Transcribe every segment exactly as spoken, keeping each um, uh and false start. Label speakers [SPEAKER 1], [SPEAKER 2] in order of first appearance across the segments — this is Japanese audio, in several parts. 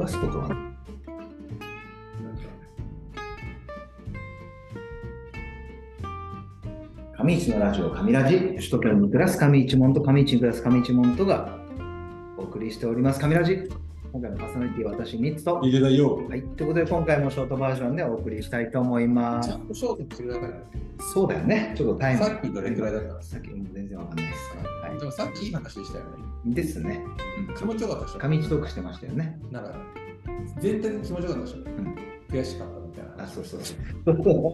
[SPEAKER 1] 詳しいことはね。上市のラジオ、上ラジ、首都圏に暮らす上市門と上市に暮らす上市門とがお送りしております、上ラジ。今回のパーソナリティは私、ニッツと。
[SPEAKER 2] 入れないよ。
[SPEAKER 1] はい、ということで今回もショートバージョンでお送りしたいと思います。
[SPEAKER 2] ちゃんとショートってくれなかった。
[SPEAKER 1] そうだよね。ちょっとタイム。
[SPEAKER 2] さっきどれくらいだった？
[SPEAKER 1] さっきも全然わかんないです。
[SPEAKER 2] はい、でもさっきいい話でしたよね。
[SPEAKER 1] ですね。
[SPEAKER 2] うん、気持ちよかったでしょ。
[SPEAKER 1] 上市トークしてましたよね。
[SPEAKER 2] なんか、全体的に気持ちよかったでしょ。うん、悔しかったみたいな。
[SPEAKER 1] あ、そうそうそう。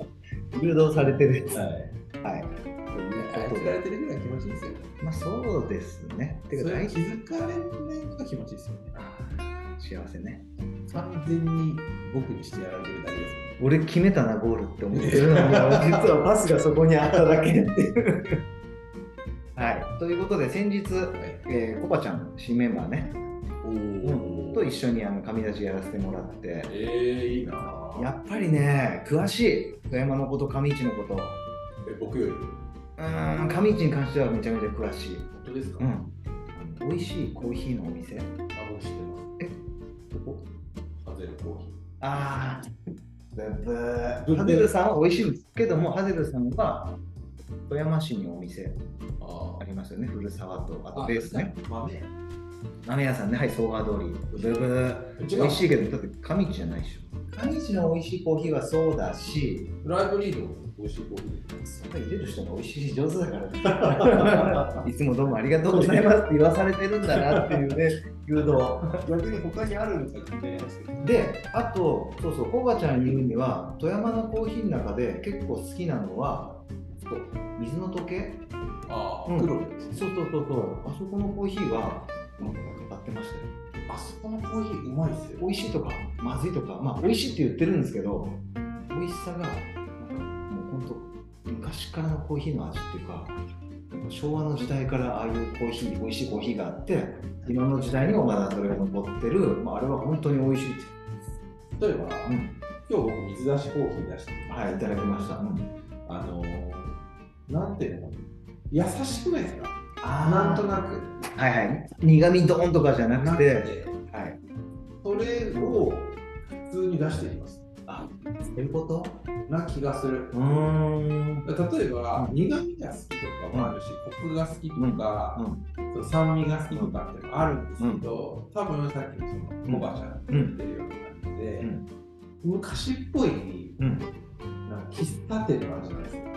[SPEAKER 1] 誘導されてるやつ。はい。はい。
[SPEAKER 2] 操られてるぐらい気持ちいいですよね。
[SPEAKER 1] まあそうですね。
[SPEAKER 2] てか、気づかれないのが気持ちいいですよね。
[SPEAKER 1] 幸せね。
[SPEAKER 2] 完全に僕にしてやられてるだけですよね。
[SPEAKER 1] 俺決めたな、ゴールって思ってるのに、実はパスがそこにあっただけっていう。はい。ということで、先日、はい、えー、コバちゃん、新メンバーね、おうん、と一緒にあの神立ちやらせてもらって。
[SPEAKER 2] えー、いいな。
[SPEAKER 1] やっぱりね、詳しい。富山のこと、上市のこと。
[SPEAKER 2] え、僕より？
[SPEAKER 1] うーん、上市に関してはめちゃめちゃ詳しい。
[SPEAKER 2] 本当ですか？
[SPEAKER 1] うん。美味しいコーヒーのお店。
[SPEAKER 2] あ、僕知ってます。
[SPEAKER 1] え、どこ？
[SPEAKER 2] ハゼルコーヒー。
[SPEAKER 1] あー。ブブハゼルさんは美味しいんですけども、ハゼルさんは富山市にお店ありますよね、古沢と、あとベースね。
[SPEAKER 2] 豆
[SPEAKER 1] 豆屋さんね、はい、総川通り。ブブ美味しいけど、だって上市じゃないでしょ。上市の美味しいコーヒーはそうだし、
[SPEAKER 2] ライブリードも美味しいコーヒー。
[SPEAKER 1] それ入れる人が美味しいし上手だからいつもどうもありがとうございますって言わされてるんだなっていうね、誘導。
[SPEAKER 2] 逆に他にあるんですかね。
[SPEAKER 1] で、あと、そうそう、コバちゃんに言うには、富山のコーヒーの中で結構好きなのは、水の時計。
[SPEAKER 2] ああ、黒です。
[SPEAKER 1] そうそうそうそう。あそこのコーヒーは、なんか語ってましたよ。
[SPEAKER 2] あそこのコーヒーうまいですよ。
[SPEAKER 1] 美味しいとか、まずいとか、まあ、美味しいって言ってるんですけど、美味しさが、なんかもう本当、昔からのコーヒーの味っていうか、昭和の時代からああいうコーヒー、美味しいコーヒーがあって、今の時代にもまだそれが残ってる、まあ、あれは本当に美味しいって。
[SPEAKER 2] 例えば、うん、今日僕水出しコーヒー出して、
[SPEAKER 1] はい、いただきました。うん、
[SPEAKER 2] あのー、なんていうの、優しくないですか？あ、なんとなく。
[SPEAKER 1] はいはい。苦味ドーンとかじゃなくて、はい。
[SPEAKER 2] それを普通に出しています。
[SPEAKER 1] あ、そういうこと
[SPEAKER 2] な気がする。
[SPEAKER 1] うーん。
[SPEAKER 2] 例えば、苦味が好きとかもあるし、コクが好きとか、うんうん、酸味が好きとかってもあるんですけど、うん、多分さっきのそのコバちゃんが言ってるような感じで、うんうん、昔っぽい、うん、なんか喫茶店の味なんですよ。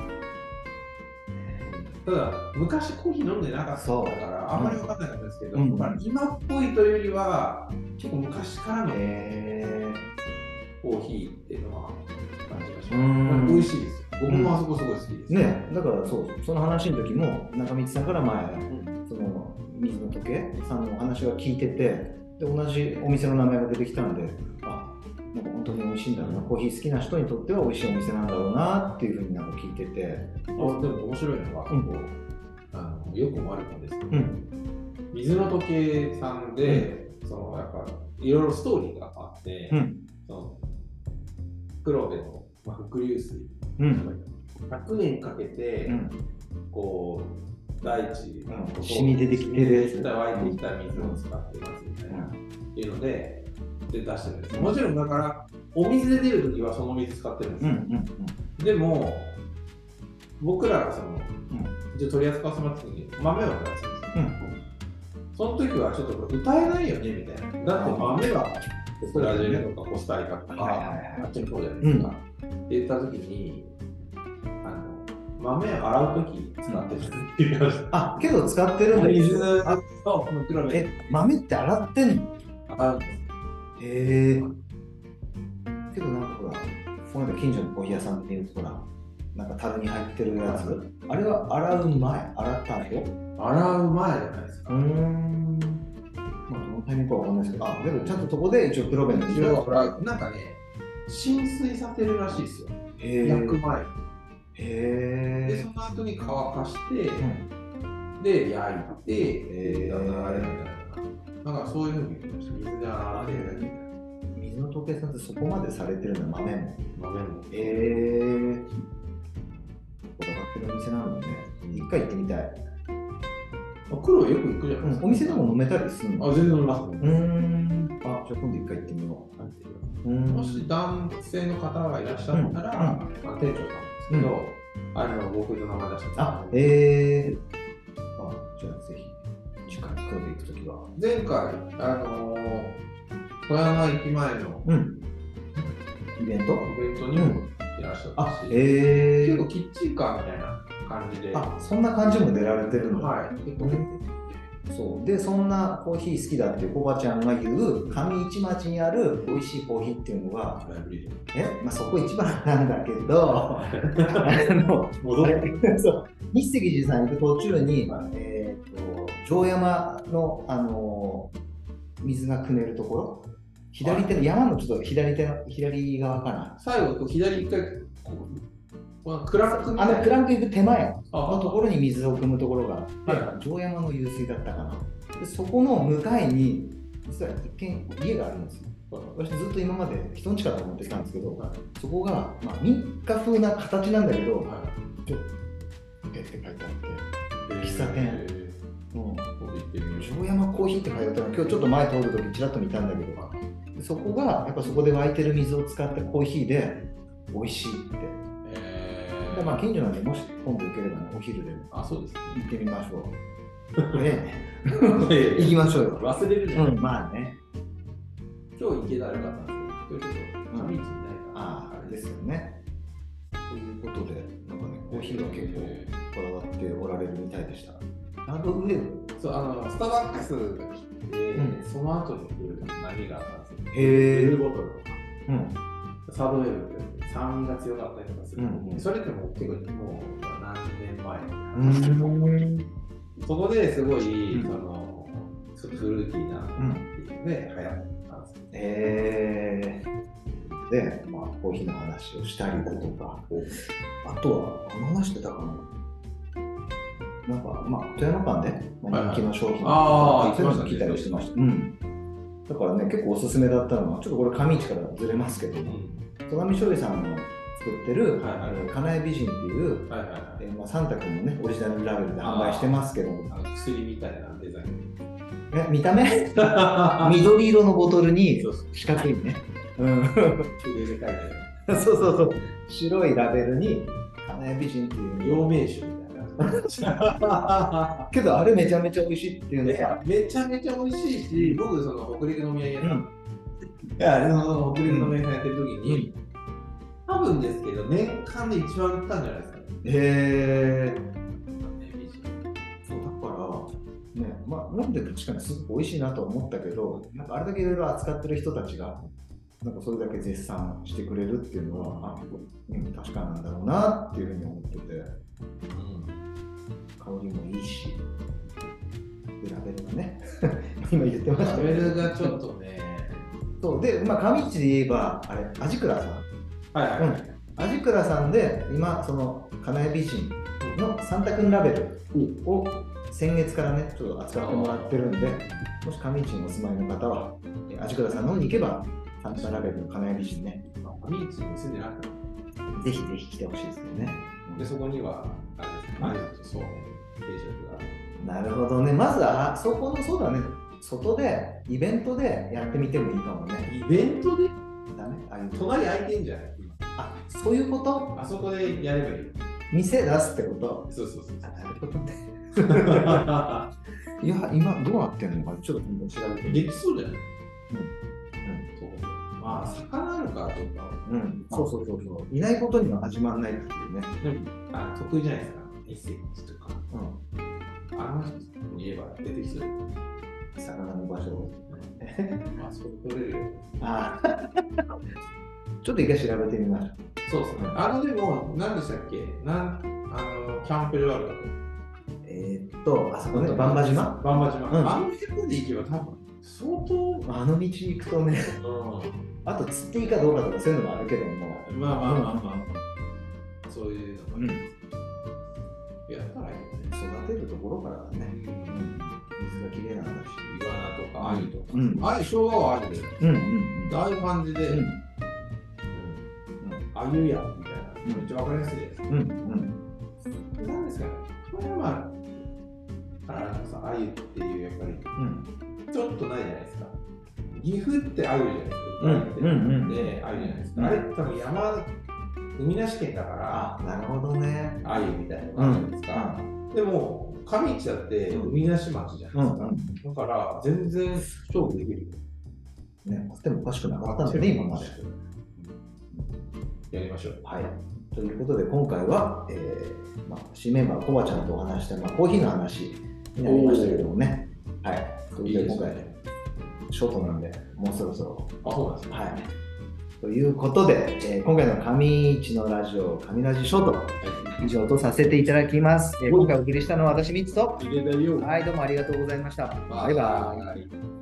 [SPEAKER 2] ただ、昔コーヒー飲んでなかったからあんまり分かんなかったですけど、うん、まあ、今っぽいというよりは結構昔からの、えー、コーヒーっていうのは感じがします。美味しいですよ。僕もあそこすごい好きです。
[SPEAKER 1] ね、だからそう、その話の時も中道さんから前、うん、その水の時計さんのお話は聞いてて、で同じお店の名前が出てきたんで、あ、なんか本当に美味しいんだろうな、コーヒー好きな人にとっては美味しいお店なんだろうなっていうふうになんか聞いてて。
[SPEAKER 2] あ、でも面白いのは、うん、あのよくも悪くもですけど、うん、水の時計さんで、うん、そのやっぱいろいろストーリーがあって、うん、その黒部の、まあ、伏流水、うん、ひゃくねんかけて、うん、こう大地のことを
[SPEAKER 1] 染み出てきてる
[SPEAKER 2] 湧いてきた水を使ってますみたいな、うん、いうのでで出してるんです。もちろんだからお水で出るときはその水使ってるんですよ。うんうんうん、でも僕らがその、うん、じゃ取り扱わせますときに豆を出すんですよ。うん、その時はちょっとこれ歌えないよねみたいな。だって豆はブラジルとかコスタリカとか、はいはいはい、あっちの方じゃないですか。うん、って言った時にあの豆を洗う時使ってるっていう話。
[SPEAKER 1] あ、けど使ってるんだ。
[SPEAKER 2] 水とこの黒部。
[SPEAKER 1] え、豆って洗ってんの？
[SPEAKER 2] 洗うんです。
[SPEAKER 1] へえ。けどなんかほら、この間近所のコーヒー屋さんっていうとほら、なんか樽に入ってるやつ、あれは洗う前、洗った後？
[SPEAKER 2] 洗う前じゃないですか。
[SPEAKER 1] うーん。まあ、どのタイミングかわかんないですけど、あ、でもちゃんとそこで一応黒部の
[SPEAKER 2] 一応洗う。なんかね、浸水させるらしいですよ。焼く前。へで、その後に乾かして、うん、で、焼いて、えー、だからあれみたいな。なんかそういうふうに水で洗ってるみたいな。
[SPEAKER 1] 水の時計さんってそこまでされてるんだ、豆も。
[SPEAKER 2] 豆も。
[SPEAKER 1] へえー。こだわってるお店なんだね。一回行ってみたい。
[SPEAKER 2] 黒よく行くじゃないですか。
[SPEAKER 1] お店でも飲めたりするの？
[SPEAKER 2] あ、全然飲みます。
[SPEAKER 1] うーん。 あ、じゃあ今度一回行ってみよ
[SPEAKER 2] 入ってる
[SPEAKER 1] う。うん
[SPEAKER 2] もし男性の方がいらっしゃったら、まあ、店長なんですけど、あの僕の名前出して
[SPEAKER 1] あ、えー、あ、じゃあぜひ、次回、今度行くときは。
[SPEAKER 2] 前回、あのー、富山駅前の、
[SPEAKER 1] うん、イベント
[SPEAKER 2] イベントにもいらっしゃったし、
[SPEAKER 1] えー、
[SPEAKER 2] 結構キッチンカーみたいな感じで。
[SPEAKER 1] あ、そんな感じも出られてるの。
[SPEAKER 2] はい。結構、
[SPEAKER 1] そうで、そんなコーヒー好きだっていうコバちゃんが言う上市町にある美味しいコーヒーっていうのが、え、まあ、そこ一番なんだけど、あの
[SPEAKER 2] 戻る
[SPEAKER 1] そう日石寺さん行く途中に、えー、と城山の、あの水が汲めるところ、左手の山のちょっと左手の左側かな。
[SPEAKER 2] 最後、左一回、このクランクみたいな。
[SPEAKER 1] あのクランク行く手前の
[SPEAKER 2] あ
[SPEAKER 1] ところに水を汲むところがあって、
[SPEAKER 2] はい
[SPEAKER 1] 城山の湧水だったかな。でそこの向かいに、実は一軒家があるんですよ。私ずっと今まで人ん家かと思ってきたんですけど、
[SPEAKER 2] はい
[SPEAKER 1] そこが、まあ、民家風な形なんだけど、
[SPEAKER 2] はい
[SPEAKER 1] ちょっとって書いてあって、
[SPEAKER 2] えー
[SPEAKER 1] 喫茶店
[SPEAKER 2] えー
[SPEAKER 1] うん、
[SPEAKER 2] ここで行ってみましょ
[SPEAKER 1] 城山コーヒーって書いてあったの、今日ちょっと前通るときちらっと見たんだけど、でそこがやっぱそこで湧いてる水を使ったコーヒーで美味しいって。
[SPEAKER 2] う。えー
[SPEAKER 1] でまあ近所なんで、もし今度行ければね、お昼でも
[SPEAKER 2] あ、そうですね。
[SPEAKER 1] 行ってみましょう。ね
[SPEAKER 2] え
[SPEAKER 1] 行きましょうよ。
[SPEAKER 2] 忘れるじゃん。
[SPEAKER 1] うん、まあね。
[SPEAKER 2] 今日行けたらよかったんですけど、今日ちょっと上市にないから。
[SPEAKER 1] ああ、ですよね。ということで、なんかね、コーヒーは結構こだわっておられるみたいでした。ランドウェーブ
[SPEAKER 2] そう、あの、スターバックスが来て、
[SPEAKER 1] うん
[SPEAKER 2] その後に来る波があったんですよ。
[SPEAKER 1] へー
[SPEAKER 2] ブルーボトルとか。
[SPEAKER 1] うん。
[SPEAKER 2] サードウェーブって酸味が強かったりとかする、
[SPEAKER 1] うんうん
[SPEAKER 2] それってもう結構もう何年前の話、
[SPEAKER 1] うん。
[SPEAKER 2] そこですごい、
[SPEAKER 1] うん
[SPEAKER 2] そのちょっとフルーティーなっていうので流行ったんですよ。
[SPEAKER 1] えー、で、まあ、コーヒーの話をしたりだとか、あとは、あの話してたかな。なんか、まあ、富山間で、まあ、人気の商品とか、
[SPEAKER 2] ああ
[SPEAKER 1] そういうの聞いたりしてました。うん。だからね、結構おすすめだったのは、ちょっとこれ、上市からずれますけど、戸上醤油さんの作ってる、
[SPEAKER 2] はいはい
[SPEAKER 1] えーかなえ美人っていう、
[SPEAKER 2] はいはいはい。
[SPEAKER 1] えーまあ、サンタ君のね、オリジナルラベルで販売してますけど、
[SPEAKER 2] あの薬みたいなデザイン。
[SPEAKER 1] え見た目緑色のボトルに
[SPEAKER 2] そうそう
[SPEAKER 1] 四角いね。うん
[SPEAKER 2] 筆で書いてあ
[SPEAKER 1] そうそうそう。白いラベルに、かなえ美人っていう
[SPEAKER 2] る。陽明酒みたいな。
[SPEAKER 1] けど、あれめちゃめちゃ美味しいっていうのが。
[SPEAKER 2] めちゃめちゃ美味しいし、僕、その北陸飲み屋さん、
[SPEAKER 1] うん
[SPEAKER 2] いや、その北陸飲み屋さんやってる時に、多分ですけど、年間で一番売ったんじゃないですかね。
[SPEAKER 1] へー。そうだから、ね、まあ、飲んで確かにすごく美味しいなと思ったけど、なんかあれだけいろいろ扱ってる人たちが、なんかそれだけ絶賛してくれるっていうのは、あ、うん、確かなんだろうなっていうふうに思ってて、香りもいいし、でラベルがね、今言ってました
[SPEAKER 2] ラベルがちょっとね、
[SPEAKER 1] そうで、まあ、上市で言えば、あれ、味倉さん。
[SPEAKER 2] はいはい、はい
[SPEAKER 1] うん、味倉さんで、今、その、かなえ美人のサンタ君ラベルを先月からね、ちょっと扱ってもらってるんで、もし上市にお住まいの方は、味倉さんの方に行けば、サンタラベルのかなえ美人ね、
[SPEAKER 2] 上市に住んでなくて、
[SPEAKER 1] ぜひぜひ来てほしいですよね。
[SPEAKER 2] で、そこには、あれですか、アニメとそうめん定食が。
[SPEAKER 1] なるほどね。まずは、そこの、そうだね、外で、イベントでやってみてもいいかもね。
[SPEAKER 2] イベントで
[SPEAKER 1] だね、ああいう
[SPEAKER 2] 隣空いてんじゃない今。
[SPEAKER 1] あ、そういうこと
[SPEAKER 2] あそこでやればいい。
[SPEAKER 1] 店出すってこと
[SPEAKER 2] そうそうそう。
[SPEAKER 1] あ、なるほどね。いや、今どうなってんのか、ちょっと今度調べてみて。
[SPEAKER 2] できそうじゃない
[SPEAKER 1] うん
[SPEAKER 2] そうまあ、魚あるからとか、
[SPEAKER 1] うん、そうそうそうそう。いないことには始まらないっていうね。
[SPEAKER 2] でもあ得意じゃないですか。エッセンスとか。
[SPEAKER 1] うん。
[SPEAKER 2] あの人に言えば出てきそう。
[SPEAKER 1] 魚の場所を。
[SPEAKER 2] まあ、それ取れるよ。
[SPEAKER 1] ああ。ちょっと一回調べてみましょう。
[SPEAKER 2] そうですね。あの、でも、何でしたっけなんあの、キャンプ場あるとこ。
[SPEAKER 1] えー、っと、あそこね、バンバ島
[SPEAKER 2] バンバ島。
[SPEAKER 1] うん
[SPEAKER 2] あの辺で行けば多分、相当、
[SPEAKER 1] あの道行くとね、あと釣っていいかどうかとかそういうのもあるけども。
[SPEAKER 2] まあまあまあまあ、そういうのが、
[SPEAKER 1] うん、
[SPEAKER 2] やったらいいよね。
[SPEAKER 1] 育てるところからだね。うん、水がきれいなんだし。
[SPEAKER 2] イワナとか、アユとか。
[SPEAKER 1] うん
[SPEAKER 2] アユ、生姜はアユで。
[SPEAKER 1] うんうん
[SPEAKER 2] ああいう感じで、
[SPEAKER 1] うん
[SPEAKER 2] あゆやみたいな、めっちゃわかりやすいです。
[SPEAKER 1] うんうん
[SPEAKER 2] なんですかね、富山からのさ、あゆっていう、やっぱり、
[SPEAKER 1] うん
[SPEAKER 2] ちょっとないじゃないですか。 岐阜ってあゆじゃないですか。
[SPEAKER 1] うんうんうん。
[SPEAKER 2] で、あゆじゃないですか。あれ多分山、海なし県だから、
[SPEAKER 1] あ、なるほどね。
[SPEAKER 2] あゆみたいなのがあるんですか。でも、上市だって海なし町じゃないですか。だから、全然勝負できる。
[SPEAKER 1] ね、でもおかしくなかったんだね、今まで。
[SPEAKER 2] やりましょう。
[SPEAKER 1] はい。ということで、今回は、えーまあ、新メンバー、コバちゃんとお話した、まあ、コーヒーの話になりましたけどもね。はい。ということで、今回、ショートなんで、もうそろそろ。
[SPEAKER 2] あ、そうなんですね。
[SPEAKER 1] はい。ということで、えー、今回の上市のラジオ、上ラジショート、以上とさせていただきます。えー、今回お送りしたのは私、ミツと。はい、どうもありがとうございました。バイバイ。